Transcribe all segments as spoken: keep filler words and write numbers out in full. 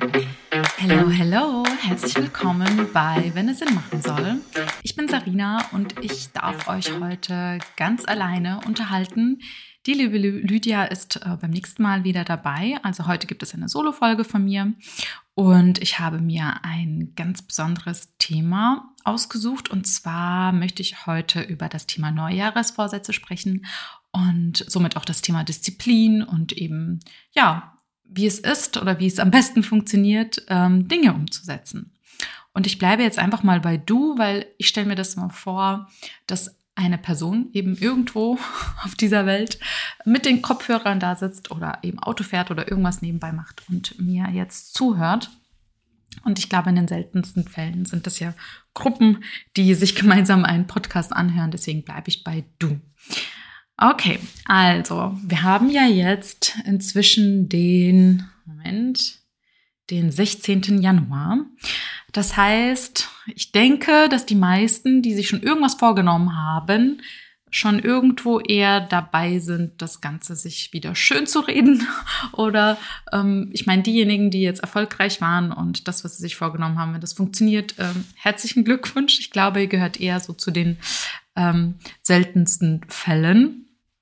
Hello, hello, herzlich willkommen bei Wenn es Sinn machen soll. Ich bin Sarina und ich darf euch heute ganz alleine unterhalten. Die liebe Lydia ist äh, beim nächsten Mal wieder dabei. Also heute gibt es eine Solo-Folge von mir und ich habe mir ein ganz besonderes Thema ausgesucht. Und zwar möchte ich heute über das Thema Neujahresvorsätze sprechen und somit auch das Thema Disziplin und eben, ja, wie es ist oder wie es am besten funktioniert, ähm, Dinge umzusetzen. Und ich bleibe jetzt einfach mal bei du, weil ich stelle mir das mal vor, dass eine Person eben irgendwo auf dieser Welt mit den Kopfhörern da sitzt oder eben Auto fährt oder irgendwas nebenbei macht und mir jetzt zuhört. Und ich glaube, in den seltensten Fällen sind das ja Gruppen, die sich gemeinsam einen Podcast anhören. Deswegen bleibe ich bei du. Okay, also wir haben ja jetzt inzwischen den, Moment, den sechzehnten Januar. Das heißt, ich denke, dass die meisten, die sich schon irgendwas vorgenommen haben, schon irgendwo eher dabei sind, das Ganze sich wieder schön zu reden. Oder ähm, ich meine, diejenigen, die jetzt erfolgreich waren und das, was sie sich vorgenommen haben, wenn das funktioniert, ähm, herzlichen Glückwunsch. Ich glaube, ihr gehört eher so zu den ähm, seltensten Fällen.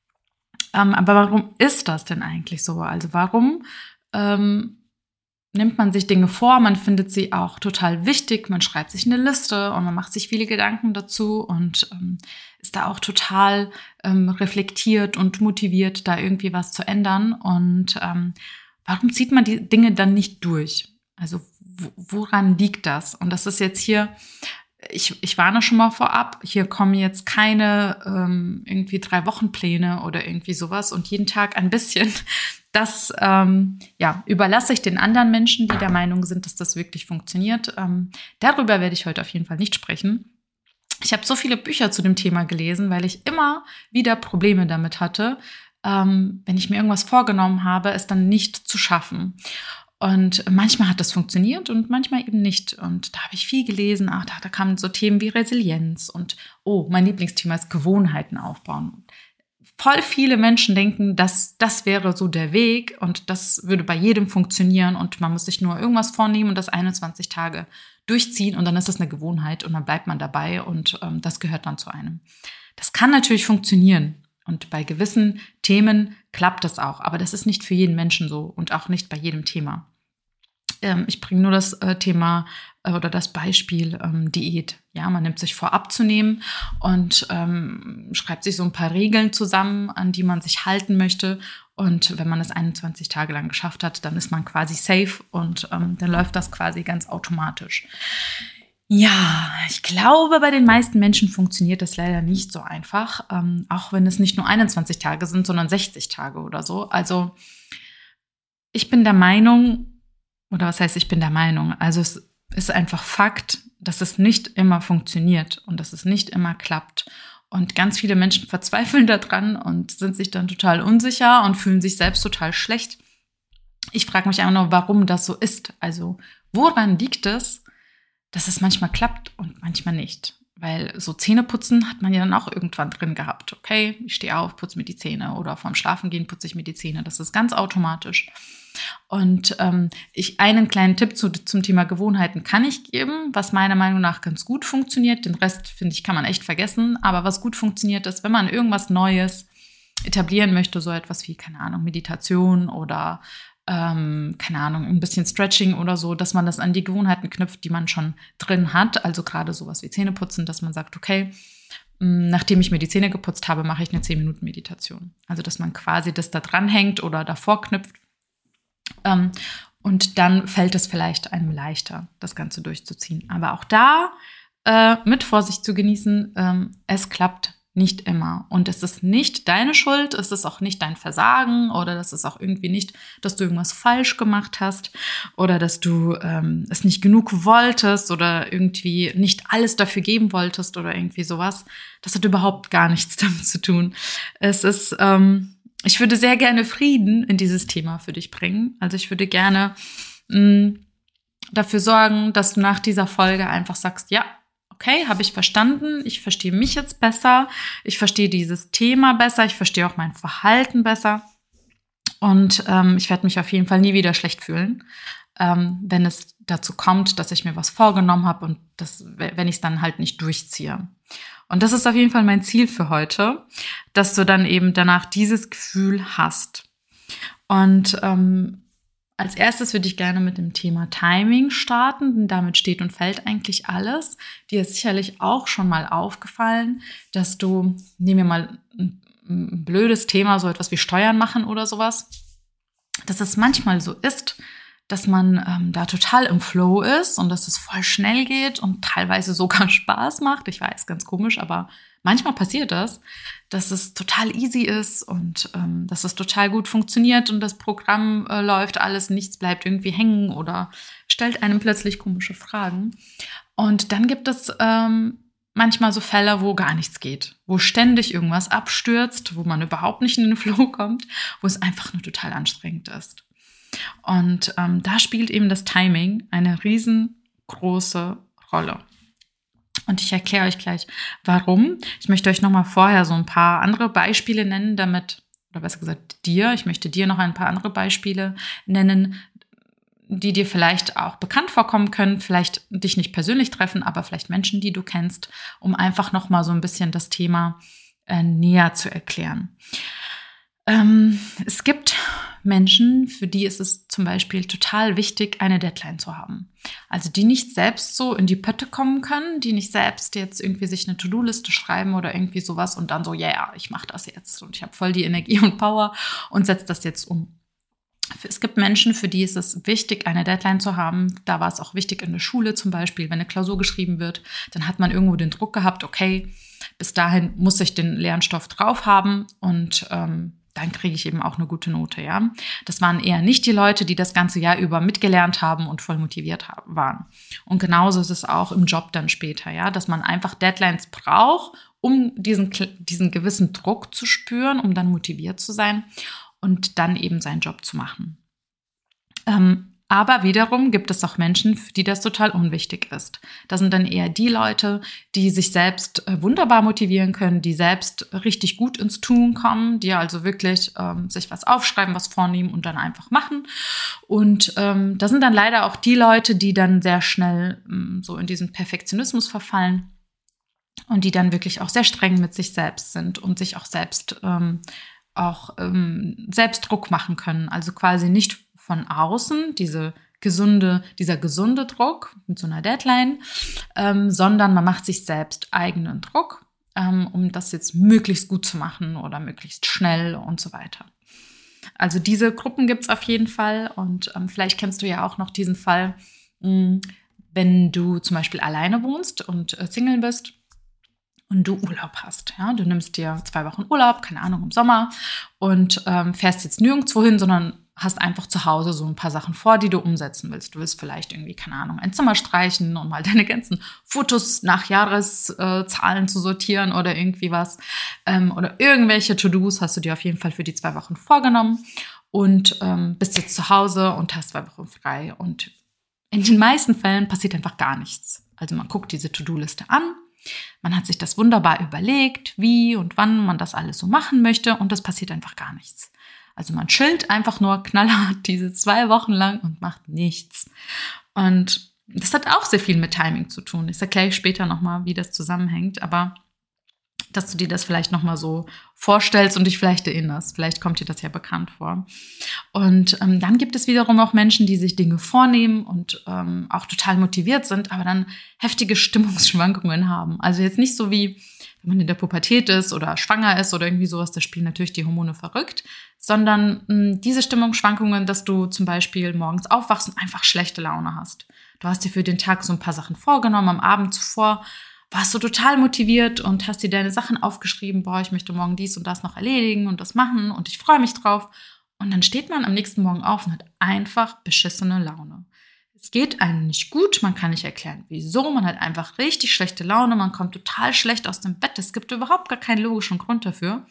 Ähm, aber warum ist das denn eigentlich so? Also warum ähm, nimmt man sich Dinge vor? Man findet sie auch total wichtig. Man schreibt sich eine Liste und man macht sich viele Gedanken dazu und ähm, ist da auch total ähm, reflektiert und motiviert, da irgendwie was zu ändern. Und ähm, warum zieht man die Dinge dann nicht durch? Also w- woran liegt das? Und das ist jetzt hier... Ich, ich warne schon mal vorab, hier kommen jetzt keine ähm, irgendwie drei Wochenpläne oder irgendwie sowas und jeden Tag ein bisschen. Das ähm, ja, überlasse ich den anderen Menschen, die der Meinung sind, dass das wirklich funktioniert. Ähm, darüber werde ich heute auf jeden Fall nicht sprechen. Ich habe so viele Bücher zu dem Thema gelesen, weil ich immer wieder Probleme damit hatte, ähm, wenn ich mir irgendwas vorgenommen habe, es dann nicht zu schaffen. Und manchmal hat das funktioniert und manchmal eben nicht. Und da habe ich viel gelesen. Ach, da, da kamen so Themen wie Resilienz und, oh, mein Lieblingsthema ist Gewohnheiten aufbauen. Voll viele Menschen denken, dass das wäre so der Weg und das würde bei jedem funktionieren und man muss sich nur irgendwas vornehmen und das einundzwanzig Tage durchziehen und dann ist das eine Gewohnheit und dann bleibt man dabei und ähm, das gehört dann zu einem. Das kann natürlich funktionieren. Und bei gewissen Themen klappt das auch. Aber das ist nicht für jeden Menschen so und auch nicht bei jedem Thema. Ähm, ich bringe nur das äh, Thema äh, oder das Beispiel ähm, Diät. Ja, man nimmt sich vor, abzunehmen und ähm, schreibt sich so ein paar Regeln zusammen, an die man sich halten möchte. Und wenn man es einundzwanzig Tage lang geschafft hat, dann ist man quasi safe und ähm, dann läuft das quasi ganz automatisch. Ja, ich glaube, bei den meisten Menschen funktioniert das leider nicht so einfach, ähm, auch wenn es nicht nur einundzwanzig Tage sind, sondern sechzig Tage oder so. Also ich bin der Meinung, oder was heißt, ich bin der Meinung, also es ist einfach Fakt, dass es nicht immer funktioniert und dass es nicht immer klappt. Und ganz viele Menschen verzweifeln daran und sind sich dann total unsicher und fühlen sich selbst total schlecht. Ich frage mich einfach nur, warum das so ist. Also woran liegt es, dass es manchmal klappt und manchmal nicht. Weil so Zähneputzen hat man ja dann auch irgendwann drin gehabt. Okay, ich stehe auf, putze mir die Zähne oder vorm Schlafengehen putze ich mir die Zähne. Das ist ganz automatisch. Und ähm, ich einen kleinen Tipp zu, zum Thema Gewohnheiten kann ich geben, was meiner Meinung nach ganz gut funktioniert. Den Rest, finde ich, kann man echt vergessen. Aber was gut funktioniert, ist, wenn man irgendwas Neues etablieren möchte, so etwas wie, keine Ahnung, Meditation oder Ähm, keine Ahnung, ein bisschen Stretching oder so, dass man das an die Gewohnheiten knüpft, die man schon drin hat. Also gerade sowas wie Zähneputzen, dass man sagt, okay, mh, nachdem ich mir die Zähne geputzt habe, mache ich eine zehn Minuten Meditation. Also dass man quasi das da dran hängt oder davor knüpft. Ähm, und dann fällt es vielleicht einem leichter, das Ganze durchzuziehen. Aber auch da äh, mit Vorsicht zu genießen, ähm, es klappt nicht immer. Und es ist nicht deine Schuld, es ist auch nicht dein Versagen oder das ist auch irgendwie nicht, dass du irgendwas falsch gemacht hast oder dass du ähm, es nicht genug wolltest oder irgendwie nicht alles dafür geben wolltest oder irgendwie sowas. Das hat überhaupt gar nichts damit zu tun. Es ist, ähm, ich würde sehr gerne Frieden in dieses Thema für dich bringen. Also ich würde gerne mh, dafür sorgen, dass du nach dieser Folge einfach sagst, ja, okay, habe ich verstanden, ich verstehe mich jetzt besser, ich verstehe dieses Thema besser, ich verstehe auch mein Verhalten besser und ähm, ich werde mich auf jeden Fall nie wieder schlecht fühlen. ähm, wenn es dazu kommt, dass ich mir was vorgenommen habe und das, wenn ich es dann halt nicht durchziehe. Und das ist auf jeden Fall mein Ziel für heute, dass du dann eben danach dieses Gefühl hast. Und ähm, als erstes würde ich gerne mit dem Thema Timing starten, denn damit steht und fällt eigentlich alles. Dir ist sicherlich auch schon mal aufgefallen, dass du, nehmen wir mal ein, ein blödes Thema, so etwas wie Steuern machen oder sowas, dass es manchmal so ist, dass man ähm, da total im Flow ist und dass es voll schnell geht und teilweise sogar Spaß macht. Ich weiß, ganz komisch, aber manchmal passiert das, dass es total easy ist und ähm, dass es total gut funktioniert und das Programm äh, läuft alles, nichts bleibt irgendwie hängen oder stellt einem plötzlich komische Fragen. Und dann gibt es ähm, manchmal so Fälle, wo gar nichts geht, wo ständig irgendwas abstürzt, wo man überhaupt nicht in den Flow kommt, wo es einfach nur total anstrengend ist. Und ähm, da spielt eben das Timing eine riesengroße Rolle. Und ich erkläre euch gleich, warum. Ich möchte euch nochmal vorher so ein paar andere Beispiele nennen, damit, oder besser gesagt dir, ich möchte dir noch ein paar andere Beispiele nennen, die dir vielleicht auch bekannt vorkommen können, vielleicht dich nicht persönlich treffen, aber vielleicht Menschen, die du kennst, um einfach nochmal so ein bisschen das Thema äh, näher zu erklären. Ähm, es gibt Menschen, für die ist es zum Beispiel total wichtig, eine Deadline zu haben. Also die nicht selbst so in die Pötte kommen können, die nicht selbst jetzt irgendwie sich eine To-Do-Liste schreiben oder irgendwie sowas und dann so, ja, yeah, ich mache das jetzt und ich habe voll die Energie und Power und setze das jetzt um. Es gibt Menschen, für die ist es wichtig, eine Deadline zu haben. Da war es auch wichtig in der Schule zum Beispiel, wenn eine Klausur geschrieben wird, dann hat man irgendwo den Druck gehabt, okay, bis dahin muss ich den Lernstoff drauf haben und ähm, dann kriege ich eben auch eine gute Note, ja. Das waren eher nicht die Leute, die das ganze Jahr über mitgelernt haben und voll motiviert haben, waren. Und genauso ist es auch im Job dann später, ja, dass man einfach Deadlines braucht, um diesen, diesen gewissen Druck zu spüren, um dann motiviert zu sein und dann eben seinen Job zu machen. Ähm, aber wiederum gibt es auch Menschen, für die das total unwichtig ist. Das sind dann eher die Leute, die sich selbst äh, wunderbar motivieren können, die selbst richtig gut ins Tun kommen, die also wirklich ähm, sich was aufschreiben, was vornehmen und dann einfach machen. Und ähm, das sind dann leider auch die Leute, die dann sehr schnell ähm, so in diesen Perfektionismus verfallen und die dann wirklich auch sehr streng mit sich selbst sind und sich auch selbst ähm, auch ähm, selbst Druck machen können. Also quasi nicht von außen, diese gesunde, dieser gesunde Druck mit so einer Deadline, ähm, sondern man macht sich selbst eigenen Druck, ähm, um das jetzt möglichst gut zu machen oder möglichst schnell und so weiter. Also diese Gruppen gibt es auf jeden Fall und ähm, vielleicht kennst du ja auch noch diesen Fall, mh, wenn du zum Beispiel alleine wohnst und äh, Single bist und du Urlaub hast. Ja? Du nimmst dir zwei Wochen Urlaub, keine Ahnung, im Sommer und ähm, fährst jetzt nirgendwo hin, sondern hast einfach zu Hause so ein paar Sachen vor, die du umsetzen willst. Du willst vielleicht irgendwie, keine Ahnung, ein Zimmer streichen, um mal deine ganzen Fotos nach Jahreszahlen zu sortieren oder irgendwie was. Ähm, oder irgendwelche To-Dos hast du dir auf jeden Fall für die zwei Wochen vorgenommen und ähm, bist jetzt zu Hause und hast zwei Wochen frei. Und in den meisten Fällen passiert einfach gar nichts. Also man guckt diese To-Do-Liste an, man hat sich das wunderbar überlegt, wie und wann man das alles so machen möchte und es passiert einfach gar nichts. Also man chillt einfach nur knallhart diese zwei Wochen lang und macht nichts. Und das hat auch sehr viel mit Timing zu tun. Das erkläre ich später nochmal, wie das zusammenhängt. Aber dass du dir das vielleicht nochmal so vorstellst und dich vielleicht erinnerst. Vielleicht kommt dir das ja bekannt vor. Und ähm, dann gibt es wiederum auch Menschen, die sich Dinge vornehmen und ähm, auch total motiviert sind, aber dann heftige Stimmungsschwankungen haben. Also jetzt nicht so wie, wenn man in der Pubertät ist oder schwanger ist oder irgendwie sowas, da spielen natürlich die Hormone verrückt, sondern mh, diese Stimmungsschwankungen, dass du zum Beispiel morgens aufwachst und einfach schlechte Laune hast. Du hast dir für den Tag so ein paar Sachen vorgenommen, am Abend zuvor warst du total motiviert und hast dir deine Sachen aufgeschrieben, boah, ich möchte morgen dies und das noch erledigen und das machen und ich freue mich drauf. Und dann steht man am nächsten Morgen auf und hat einfach beschissene Laune. Es geht einem nicht gut, man kann nicht erklären, wieso, man hat einfach richtig schlechte Laune, man kommt total schlecht aus dem Bett, es gibt überhaupt gar keinen logischen Grund dafür.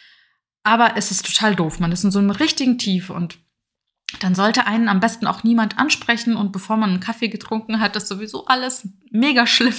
Aber es ist total doof, man ist in so einem richtigen Tief und dann sollte einen am besten auch niemand ansprechen und bevor man einen Kaffee getrunken hat, ist sowieso alles mega schlimm.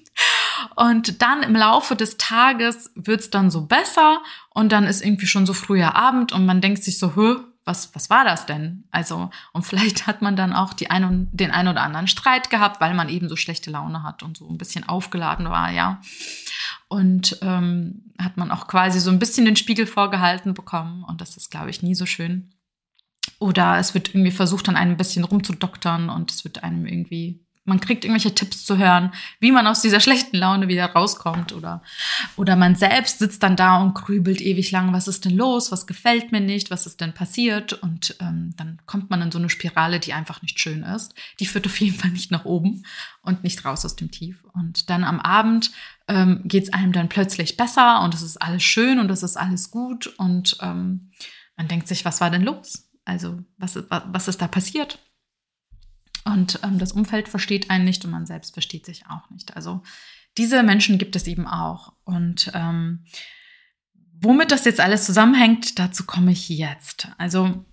Und dann im Laufe des Tages wird's dann so besser und dann ist irgendwie schon so früher Abend und man denkt sich so, hö, was, was war das denn? Also, und vielleicht hat man dann auch die ein, den einen oder anderen Streit gehabt, weil man eben so schlechte Laune hat und so ein bisschen aufgeladen war, ja. Und ähm, hat man auch quasi so ein bisschen den Spiegel vorgehalten bekommen. Und das ist, glaube ich, nie so schön. Oder es wird irgendwie versucht, an einem ein bisschen rumzudoktern und es wird einem irgendwie, man kriegt irgendwelche Tipps zu hören, wie man aus dieser schlechten Laune wieder rauskommt. Oder, oder man selbst sitzt dann da und grübelt ewig lang, was ist denn los, was gefällt mir nicht, was ist denn passiert? Und ähm, dann kommt man in so eine Spirale, die einfach nicht schön ist. Die führt auf jeden Fall nicht nach oben und nicht raus aus dem Tief. Und dann am Abend ähm, geht es einem dann plötzlich besser und es ist alles schön und es ist alles gut. Und ähm, man denkt sich, was war denn los? Also was, was ist da passiert? Und ähm, das Umfeld versteht einen nicht und man selbst versteht sich auch nicht. Also diese Menschen gibt es eben auch. Und ähm, womit das jetzt alles zusammenhängt, dazu komme ich jetzt. Also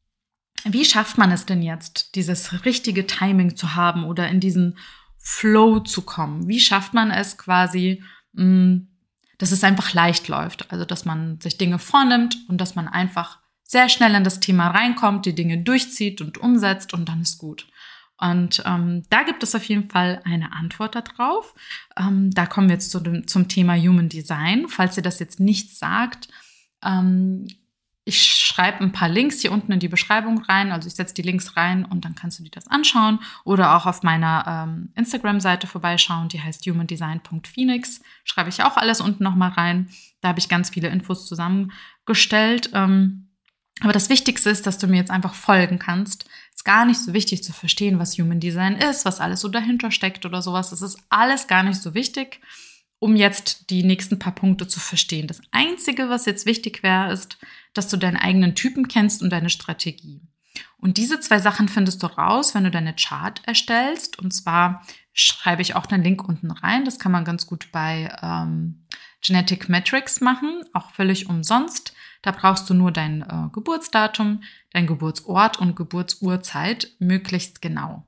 wie schafft man es denn jetzt, dieses richtige Timing zu haben oder in diesen Flow zu kommen? Wie schafft man es quasi, mh, dass es einfach leicht läuft? Also dass man sich Dinge vornimmt und dass man einfach sehr schnell in das Thema reinkommt, die Dinge durchzieht und umsetzt und dann ist gut. Und ähm, da gibt es auf jeden Fall eine Antwort darauf. Ähm, da kommen wir jetzt zu dem, zum Thema Human Design. Falls ihr das jetzt nicht sagt, ähm, ich schreibe ein paar Links hier unten in die Beschreibung rein. Also ich setze die Links rein und dann kannst du dir das anschauen oder auch auf meiner ähm, Instagram-Seite vorbeischauen. Die heißt humandesign punkt phoenix. Schreibe ich auch alles unten nochmal rein. Da habe ich ganz viele Infos zusammengestellt. Ähm, Aber das Wichtigste ist, dass du mir jetzt einfach folgen kannst. Es ist gar nicht so wichtig zu verstehen, was Human Design ist, was alles so dahinter steckt oder sowas. Das ist alles gar nicht so wichtig, um jetzt die nächsten paar Punkte zu verstehen. Das Einzige, was jetzt wichtig wäre, ist, dass du deinen eigenen Typen kennst und deine Strategie. Und diese zwei Sachen findest du raus, wenn du deine Chart erstellst. Und zwar schreibe ich auch den Link unten rein. Das kann man ganz gut bei ähm, Genetic Metrics machen, auch völlig umsonst. Da brauchst du nur dein äh, Geburtsdatum, dein Geburtsort und Geburtsurzeit, möglichst genau.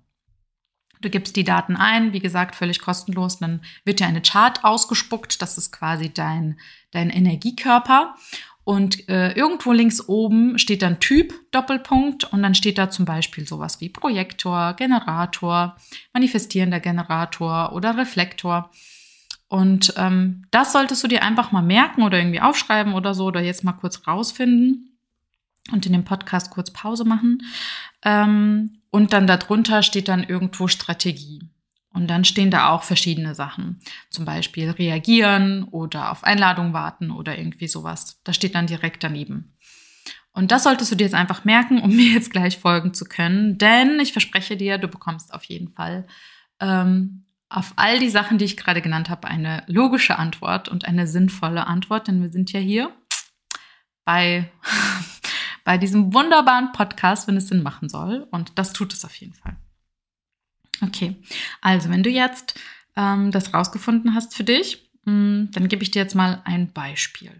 Du gibst die Daten ein, wie gesagt, völlig kostenlos. Dann wird dir eine Chart ausgespuckt. Das ist quasi dein, dein Energiekörper. Und äh, irgendwo links oben steht dann Typ, Doppelpunkt. Und dann steht da zum Beispiel sowas wie Projektor, Generator, manifestierender Generator oder Reflektor. Und ähm, das solltest du dir einfach mal merken oder irgendwie aufschreiben oder so oder jetzt mal kurz rausfinden und in dem Podcast kurz Pause machen. Ähm, und dann darunter steht dann irgendwo Strategie. Und dann stehen da auch verschiedene Sachen. Zum Beispiel reagieren oder auf Einladung warten oder irgendwie sowas. Das steht dann direkt daneben. Und das solltest du dir jetzt einfach merken, um mir jetzt gleich folgen zu können. Denn ich verspreche dir, du bekommst auf jeden Fall ähm, auf all die Sachen, die ich gerade genannt habe, eine logische Antwort und eine sinnvolle Antwort, denn wir sind ja hier bei, bei diesem wunderbaren Podcast, wenn es Sinn machen soll. Und das tut es auf jeden Fall. Okay, also wenn du jetzt ähm, das rausgefunden hast für dich, mh, dann gebe ich dir jetzt mal ein Beispiel.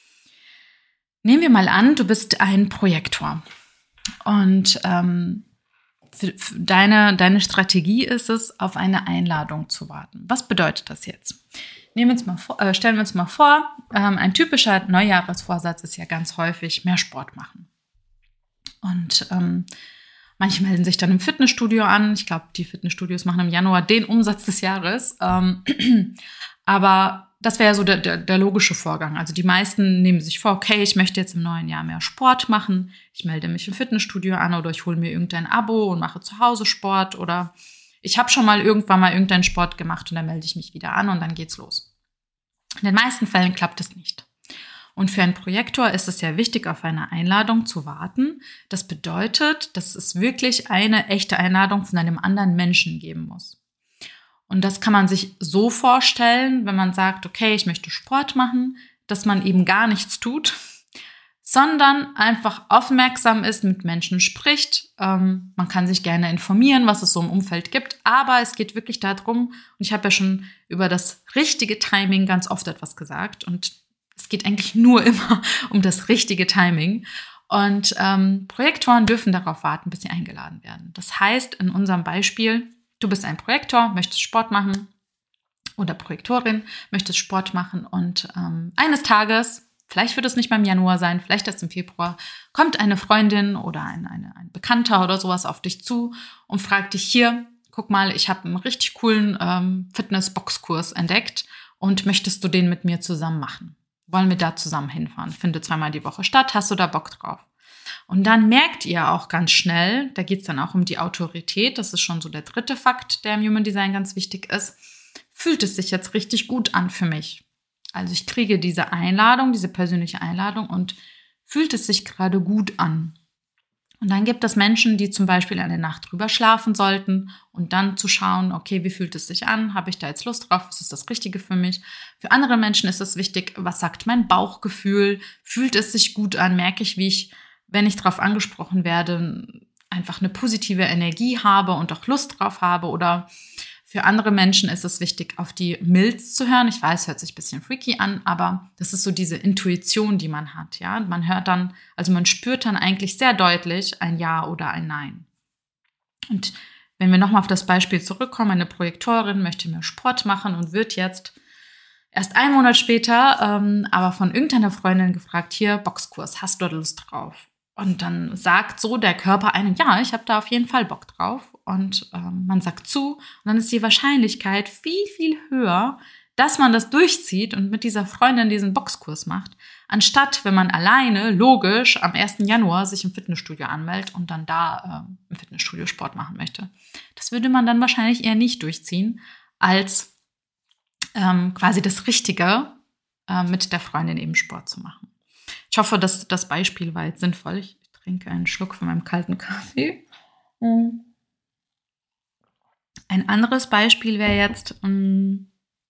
Nehmen wir mal an, du bist ein Projektor und ähm, Deine, deine Strategie ist es, auf eine Einladung zu warten. Was bedeutet das jetzt? Nehmen wir uns mal vor, äh, stellen wir uns mal vor, ähm, ein typischer Neujahresvorsatz ist ja ganz häufig mehr Sport machen. Und ähm, manche melden sich dann im Fitnessstudio an. Ich glaube, die Fitnessstudios machen im Januar den Umsatz des Jahres. Ähm, aber das wäre so der, der, der logische Vorgang. Also die meisten nehmen sich vor, okay, ich möchte jetzt im neuen Jahr mehr Sport machen. Ich melde mich im Fitnessstudio an oder ich hole mir irgendein Abo und mache zu Hause Sport. Oder ich habe schon mal irgendwann mal irgendeinen Sport gemacht und dann melde ich mich wieder an und dann geht's los. In den meisten Fällen klappt es nicht. Und für einen Projektor ist es ja wichtig, auf eine Einladung zu warten. Das bedeutet, dass es wirklich eine echte Einladung von einem anderen Menschen geben muss. Und das kann man sich so vorstellen, wenn man sagt, okay, ich möchte Sport machen, dass man eben gar nichts tut, sondern einfach aufmerksam ist, mit Menschen spricht. Ähm, man kann sich gerne informieren, was es so im Umfeld gibt, aber es geht wirklich darum, und ich habe ja schon über das richtige Timing ganz oft etwas gesagt, und es geht eigentlich nur immer um das richtige Timing. Und ähm, Projektoren dürfen darauf warten, bis sie eingeladen werden. Das heißt, in unserem Beispiel, du bist ein Projektor, möchtest Sport machen oder Projektorin, möchtest Sport machen und ähm, eines Tages vielleicht wird es nicht beim Januar sein, vielleicht erst im Februar, kommt eine Freundin oder ein, eine, ein Bekannter oder sowas auf dich zu und fragt dich hier, guck mal, ich habe einen richtig coolen ähm, Fitness-Boxkurs entdeckt und möchtest du den mit mir zusammen machen? Wollen wir da zusammen hinfahren? Findet zweimal die Woche statt, hast du da Bock drauf? Und dann merkt ihr auch ganz schnell, da geht es dann auch um die Autorität, das ist schon so der dritte Fakt, der im Human Design ganz wichtig ist, fühlt es sich jetzt richtig gut an für mich? Also ich kriege diese Einladung, diese persönliche Einladung und fühlt es sich gerade gut an? Und dann gibt es Menschen, die zum Beispiel eine Nacht drüber schlafen sollten und dann zu schauen, okay, wie fühlt es sich an? Habe ich da jetzt Lust drauf? Ist es das Richtige für mich? Für andere Menschen ist es wichtig, was sagt mein Bauchgefühl? Fühlt es sich gut an? Merke ich, wie ich, wenn ich darauf angesprochen werde, einfach eine positive Energie habe und auch Lust drauf habe? Oder für andere Menschen ist es wichtig, auf die Milz zu hören. Ich weiß, hört sich ein bisschen freaky an, aber das ist so diese Intuition, die man hat. Ja, man hört dann, also man spürt dann eigentlich sehr deutlich ein Ja oder ein Nein. Und wenn wir nochmal auf das Beispiel zurückkommen, eine Projektorin möchte mehr Sport machen und wird jetzt erst einen Monat später ähm, aber von irgendeiner Freundin gefragt, hier, Boxkurs, hast du da Lust drauf? Und dann sagt so der Körper einem, ja, ich habe da auf jeden Fall Bock drauf. Und ähm, man sagt zu. Und dann ist die Wahrscheinlichkeit viel, viel höher, dass man das durchzieht und mit dieser Freundin diesen Boxkurs macht, anstatt, wenn man alleine, logisch, am ersten Januar sich im Fitnessstudio anmeldet und dann da ähm, im Fitnessstudio Sport machen möchte. Das würde man dann wahrscheinlich eher nicht durchziehen, als ähm, quasi das Richtige, äh, mit der Freundin eben Sport zu machen. Ich hoffe, dass das Beispiel war jetzt sinnvoll. Ich trinke einen Schluck von meinem kalten Kaffee. Ein anderes Beispiel wäre jetzt, wenn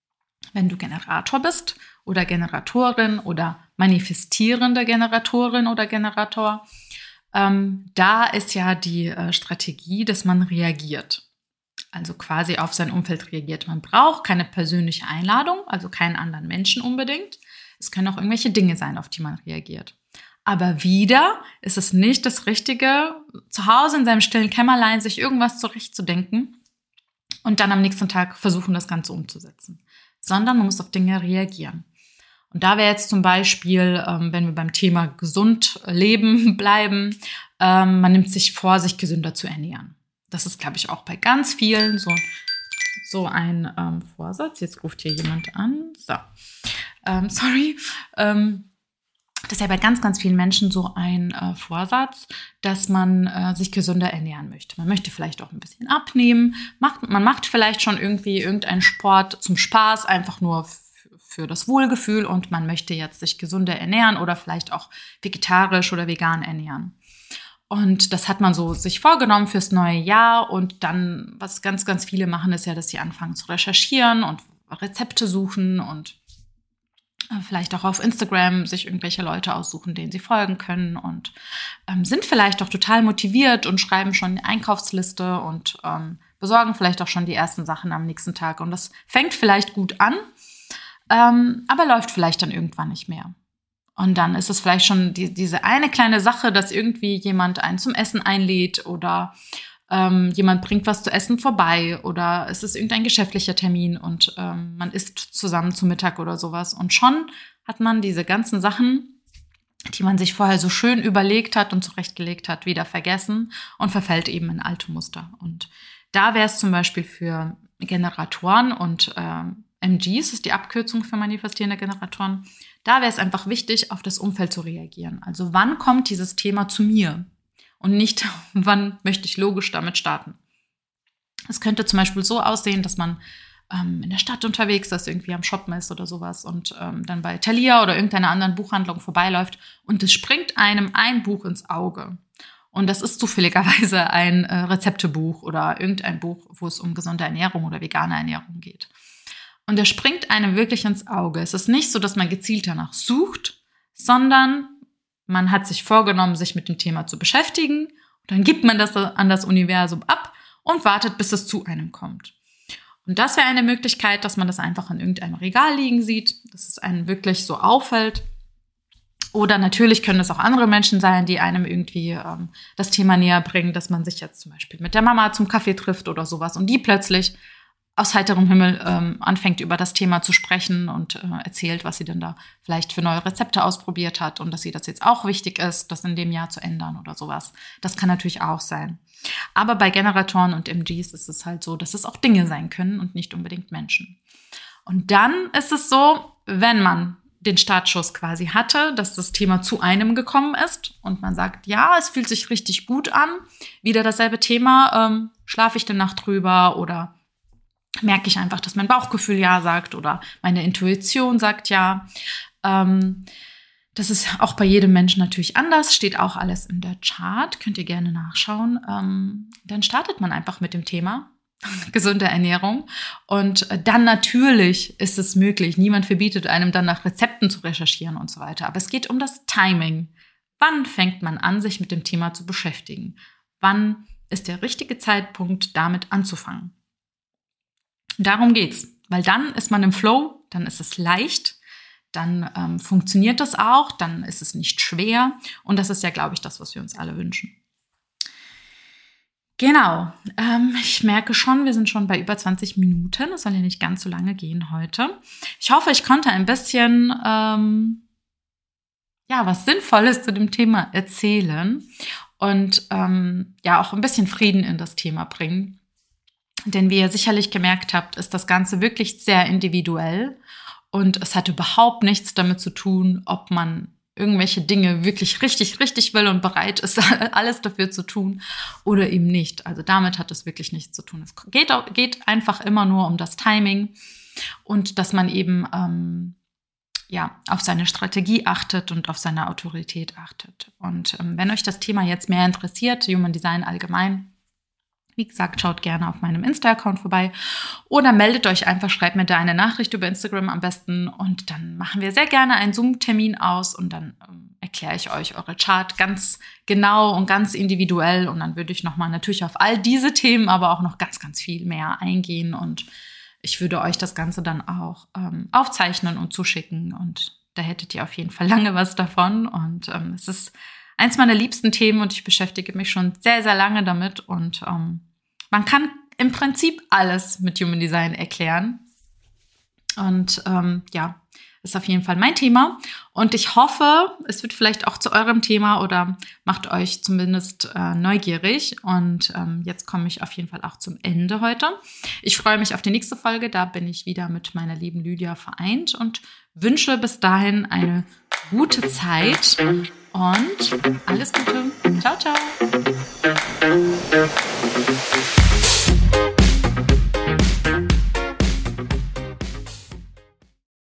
du Generator bist oder Generatorin oder manifestierende Generatorin oder Generator. Ähm, da ist ja die äh, Strategie, dass man reagiert. Also quasi auf sein Umfeld reagiert. Man braucht keine persönliche Einladung, also keinen anderen Menschen unbedingt. Es können auch irgendwelche Dinge sein, auf die man reagiert. Aber wieder ist es nicht das Richtige, zu Hause in seinem stillen Kämmerlein sich irgendwas zurechtzudenken und dann am nächsten Tag versuchen, das Ganze umzusetzen. Sondern man muss auf Dinge reagieren. Und da wäre jetzt zum Beispiel, ähm, wenn wir beim Thema gesund leben bleiben, ähm, man nimmt sich vor, sich gesünder zu ernähren. Das ist, glaube ich, auch bei ganz vielen so, so ein ähm, Vorsatz. Jetzt ruft hier jemand an. So. Ähm, sorry, ähm, das ist ja bei ganz, ganz vielen Menschen so ein äh, Vorsatz, dass man äh, sich gesünder ernähren möchte. Man möchte vielleicht auch ein bisschen abnehmen. Macht, man macht vielleicht schon irgendwie irgendeinen Sport zum Spaß, einfach nur f- für das Wohlgefühl und man möchte jetzt sich gesünder ernähren oder vielleicht auch vegetarisch oder vegan ernähren. Und das hat man so sich vorgenommen fürs neue Jahr und dann, was ganz, ganz viele machen, ist ja, dass sie anfangen zu recherchieren und Rezepte suchen und vielleicht auch auf Instagram sich irgendwelche Leute aussuchen, denen sie folgen können und ähm, sind vielleicht auch total motiviert und schreiben schon eine Einkaufsliste und ähm, besorgen vielleicht auch schon die ersten Sachen am nächsten Tag. Und das fängt vielleicht gut an, ähm, aber läuft vielleicht dann irgendwann nicht mehr. Und dann ist es vielleicht schon die, diese eine kleine Sache, dass irgendwie jemand einen zum Essen einlädt oder Ähm, jemand bringt was zu essen vorbei oder es ist irgendein geschäftlicher Termin und ähm, man isst zusammen zu Mittag oder sowas. Und schon hat man diese ganzen Sachen, die man sich vorher so schön überlegt hat und zurechtgelegt hat, wieder vergessen und verfällt eben in alte Muster. Und da wäre es zum Beispiel für Generatoren und ähm, M Gs, ist die Abkürzung für manifestierende Generatoren, da wäre es einfach wichtig, auf das Umfeld zu reagieren. Also wann kommt dieses Thema zu mir? Und nicht, wann möchte ich logisch damit starten. Es könnte zum Beispiel so aussehen, dass man ähm, in der Stadt unterwegs ist, irgendwie am Shoppen ist oder sowas und ähm, dann bei Thalia oder irgendeiner anderen Buchhandlung vorbeiläuft und es springt einem ein Buch ins Auge. Und das ist zufälligerweise ein äh, Rezeptebuch oder irgendein Buch, wo es um gesunde Ernährung oder vegane Ernährung geht. Und das springt einem wirklich ins Auge. Es ist nicht so, dass man gezielt danach sucht, sondern man hat sich vorgenommen, sich mit dem Thema zu beschäftigen. Und dann gibt man das an das Universum ab und wartet, bis es zu einem kommt. Und das wäre eine Möglichkeit, dass man das einfach in irgendeinem Regal liegen sieht, dass es einem wirklich so auffällt. Oder natürlich können es auch andere Menschen sein, die einem irgendwie ähm, das Thema näher bringen, dass man sich jetzt zum Beispiel mit der Mama zum Kaffee trifft oder sowas und die plötzlich aus heiterem Himmel ähm, anfängt, über das Thema zu sprechen und äh, erzählt, was sie denn da vielleicht für neue Rezepte ausprobiert hat und dass sie das jetzt auch wichtig ist, das in dem Jahr zu ändern oder sowas. Das kann natürlich auch sein. Aber bei Generatoren und M Gs ist es halt so, dass es auch Dinge sein können und nicht unbedingt Menschen. Und dann ist es so, wenn man den Startschuss quasi hatte, dass das Thema zu einem gekommen ist und man sagt, ja, es fühlt sich richtig gut an, wieder dasselbe Thema, ähm, schlafe ich denn Nacht drüber oder merke ich einfach, dass mein Bauchgefühl ja sagt oder meine Intuition sagt ja. Ähm, das ist auch bei jedem Menschen natürlich anders, steht auch alles in der Chart, könnt ihr gerne nachschauen. Ähm, dann startet man einfach mit dem Thema gesunde Ernährung und dann natürlich ist es möglich, niemand verbietet einem dann nach Rezepten zu recherchieren und so weiter, aber es geht um das Timing. Wann fängt man an, sich mit dem Thema zu beschäftigen? Wann ist der richtige Zeitpunkt, damit anzufangen? Darum geht's, weil dann ist man im Flow, dann ist es leicht, dann ähm, funktioniert das auch, dann ist es nicht schwer und das ist ja, glaube ich, das, was wir uns alle wünschen. Genau, ähm, ich merke schon, wir sind schon bei über zwanzig Minuten, es soll ja nicht ganz so lange gehen heute. Ich hoffe, ich konnte ein bisschen ähm, ja, was Sinnvolles zu dem Thema erzählen und ähm, ja auch ein bisschen Frieden in das Thema bringen. Denn wie ihr sicherlich gemerkt habt, ist das Ganze wirklich sehr individuell und es hat überhaupt nichts damit zu tun, ob man irgendwelche Dinge wirklich richtig, richtig will und bereit ist, alles dafür zu tun oder eben nicht. Also damit hat es wirklich nichts zu tun. Es geht, auch, geht einfach immer nur um das Timing und dass man eben ähm, ja, auf seine Strategie achtet und auf seine Autorität achtet. Und ähm, wenn euch das Thema jetzt mehr interessiert, Human Design allgemein, wie gesagt, schaut gerne auf meinem Insta-Account vorbei oder meldet euch einfach, schreibt mir da eine Nachricht über Instagram am besten und dann machen wir sehr gerne einen Zoom-Termin aus und dann ähm, erkläre ich euch eure Chart ganz genau und ganz individuell und dann würde ich nochmal natürlich auf all diese Themen, aber auch noch ganz, ganz viel mehr eingehen und ich würde euch das Ganze dann auch ähm, aufzeichnen und zuschicken und da hättet ihr auf jeden Fall lange was davon und ähm, es ist eins meiner liebsten Themen und ich beschäftige mich schon sehr, sehr lange damit und ähm, man kann im Prinzip alles mit Human Design erklären und ähm, ja, ist auf jeden Fall mein Thema und ich hoffe, es wird vielleicht auch zu eurem Thema oder macht euch zumindest äh, neugierig und ähm, jetzt komme ich auf jeden Fall auch zum Ende heute. Ich freue mich auf die nächste Folge, da bin ich wieder mit meiner lieben Lydia vereint und wünsche bis dahin eine gute Zeit und alles Gute. Ciao, ciao.